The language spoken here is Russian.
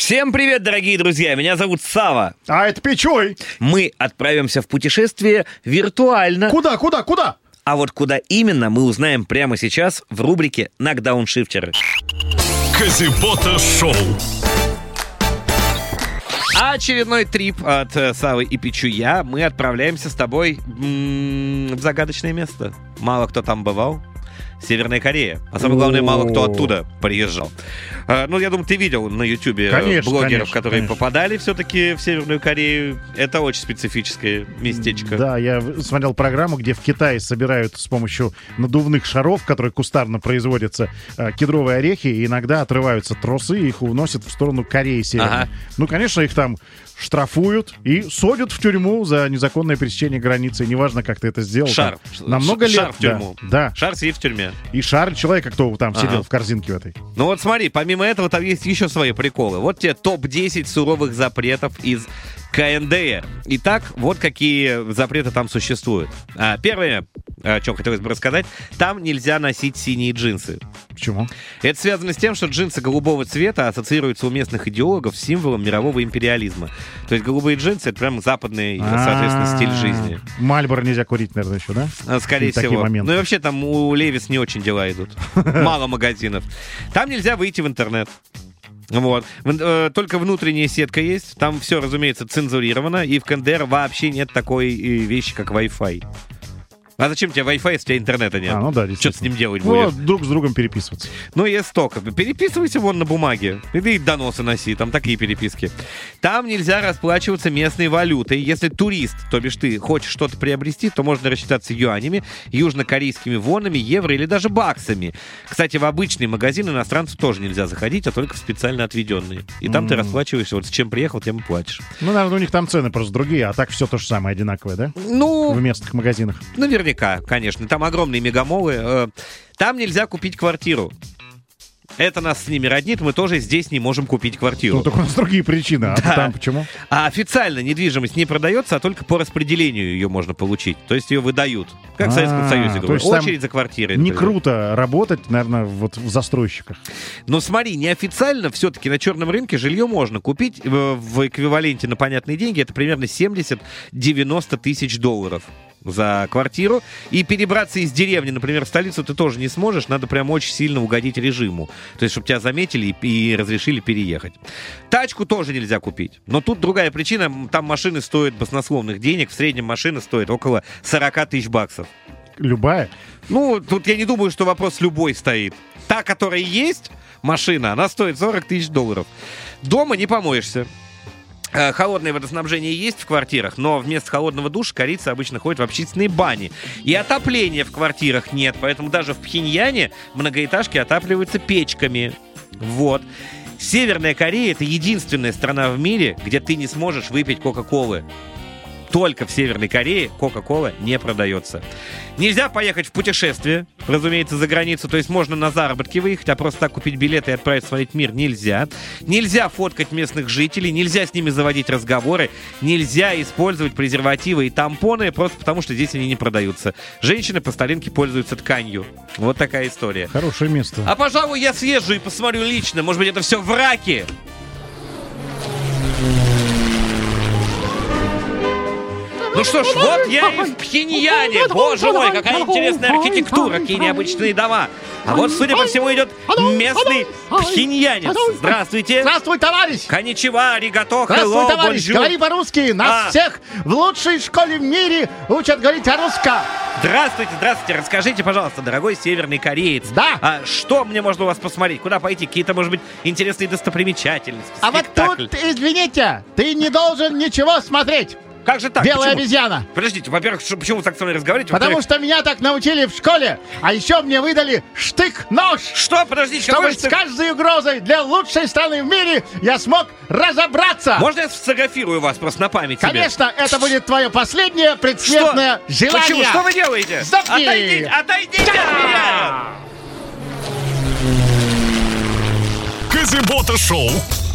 Всем привет, дорогие друзья! Меня зовут Сава. А это Пичуй. Мы отправимся в путешествие виртуально. Куда? А вот куда именно, мы узнаем прямо сейчас в рубрике «Нокдауншифтеры». Казибота Шоу. Очередной трип от Савы и Пичуя. Мы отправляемся с тобой в загадочное место. Мало кто там бывал. Северная Корея. А самое главное, мало кто оттуда приезжал. Ну, я думаю, ты видел на Ютубе блогеров, которые попадали все-таки в Северную Корею. Это очень специфическое местечко. Да, я смотрел программу, где в Китае собирают с помощью надувных шаров, которые кустарно производятся, кедровые орехи, и иногда отрываются тросы, и их уносят в сторону Кореи Северной. Ага. Ну, конечно, их там штрафуют и садят в тюрьму за незаконное пересечение границы. Неважно, как ты это сделал. Шар. Там, на много лет. Шар в тюрьму. Да. Шар сидит в тюрьме. И шар человека, кто там сидел в корзинке в этой. Ну вот смотри, помимо этого там есть еще свои приколы. Вот тебе топ-10 суровых запретов из КНДР. Итак, вот какие запреты там существуют. Первое, о чем хотелось бы рассказать, там нельзя носить синие джинсы. Почему? Это связано с тем, что джинсы голубого цвета ассоциируются у местных идеологов с символом мирового империализма. То есть голубые джинсы — это прям западный, соответственно, стиль жизни. Мальборо нельзя курить, наверное, еще, да? Скорее всего. Моменты. Ну и вообще там у Левис не очень дела идут. Мало магазинов. Там нельзя выйти в интернет. Вот. Только внутренняя сетка есть. Там все, разумеется, цензурировано. И в КНДР вообще нет такой вещи, как Wi-Fi. А зачем тебе Wi-Fi, если у тебя интернета нет? Ну да, что ты с ним делать будешь? будешь? Друг с другом переписываться. Ну, есть столько. Переписывайся вон на бумаге. И доносы носи, там такие переписки. Там нельзя расплачиваться местной валютой. Если турист, то бишь ты, хочешь что-то приобрести, то можно рассчитаться юанями, южнокорейскими вонами, евро или даже баксами. Кстати, в обычный магазин иностранцу тоже нельзя заходить, а только в специально отведенные. И там ты расплачиваешься, вот с чем приехал, тем и платишь. Ну, наверное, у них там цены просто другие, а так все то же самое, одинаковое, да? Ну, в местных магазинах. Наверняка, конечно. Там огромные мегамолы. Там нельзя купить квартиру. Это нас с ними роднит, мы тоже здесь не можем купить квартиру. Ну, только у нас другие причины, а там почему? А официально недвижимость не продается, а только по распределению ее можно получить. То есть ее выдают. Как в Советском Союзе, говорю. Очередь за квартирой. Не круто работать, наверное, вот в застройщиках. Но смотри, неофициально все-таки на черном рынке жилье можно купить в эквиваленте на понятные деньги. Это примерно 70-90 тысяч долларов за квартиру. И перебраться из деревни, например, в столицу ты тоже не сможешь. Надо прям очень сильно угодить режиму. То есть, чтобы тебя заметили и разрешили переехать. Тачку тоже нельзя купить. Но тут другая причина. Там машины стоят баснословных денег. В среднем машина стоит около 40 тысяч баксов. Любая? Ну, тут я не думаю, что вопрос любой стоит. Та, которая есть, машина, она стоит 40 тысяч долларов. Дома не помоешься. Холодное водоснабжение есть в квартирах, но вместо холодного душа корейцы обычно ходят в общественные бани. И отопления в квартирах нет, поэтому даже в Пхеньяне многоэтажки отапливаются печками. Вот. Северная Корея — это единственная страна в мире, где ты не сможешь выпить Кока-Колы. Только в Северной Корее Кока-Кола не продается. Нельзя поехать в путешествие, разумеется, за границу. То есть можно на заработки выехать, а просто так купить билеты и отправиться смотреть мир нельзя. Нельзя фоткать местных жителей, нельзя с ними заводить разговоры, нельзя использовать презервативы и тампоны, просто потому что здесь они не продаются. Женщины по старинке пользуются тканью. Вот такая история. Хорошее место. А, пожалуй, я съезжу и посмотрю лично. Может быть, это все враки? Ну что ж, вот я и в Пхеньяне. Боже мой, какая интересная архитектура, какие необычные дома. А вот, судя по всему, идет местный пхеньянец. Здравствуйте. Здравствуй, товарищ. Конничева, аригато, Здравствуй, hello, товарищ. bonjour. Говори по-русски. Нас всех в лучшей школе в мире учат говорить о-русски. Здравствуйте, здравствуйте. Расскажите, пожалуйста, дорогой северный кореец. Да. Что мне можно у вас посмотреть? Куда пойти? Какие-то, может быть, интересные достопримечательности? А вот тут, извините, ты не должен ничего смотреть. Как же так? Белая Почему? обезьяна. Подождите, во-первых, почему вы так со мной разговариваете? Потому что меня так научили в школе. А еще мне выдали штык-нож. Что? Подождите, чтобы с каждой угрозой для лучшей страны в мире я смог разобраться. Можно я сфотографирую вас просто на память себе? Конечно, это будет твое последнее предсмертное желание. Почему? Что вы делаете? Запни! Отойдите от меня! Казибота Шоу.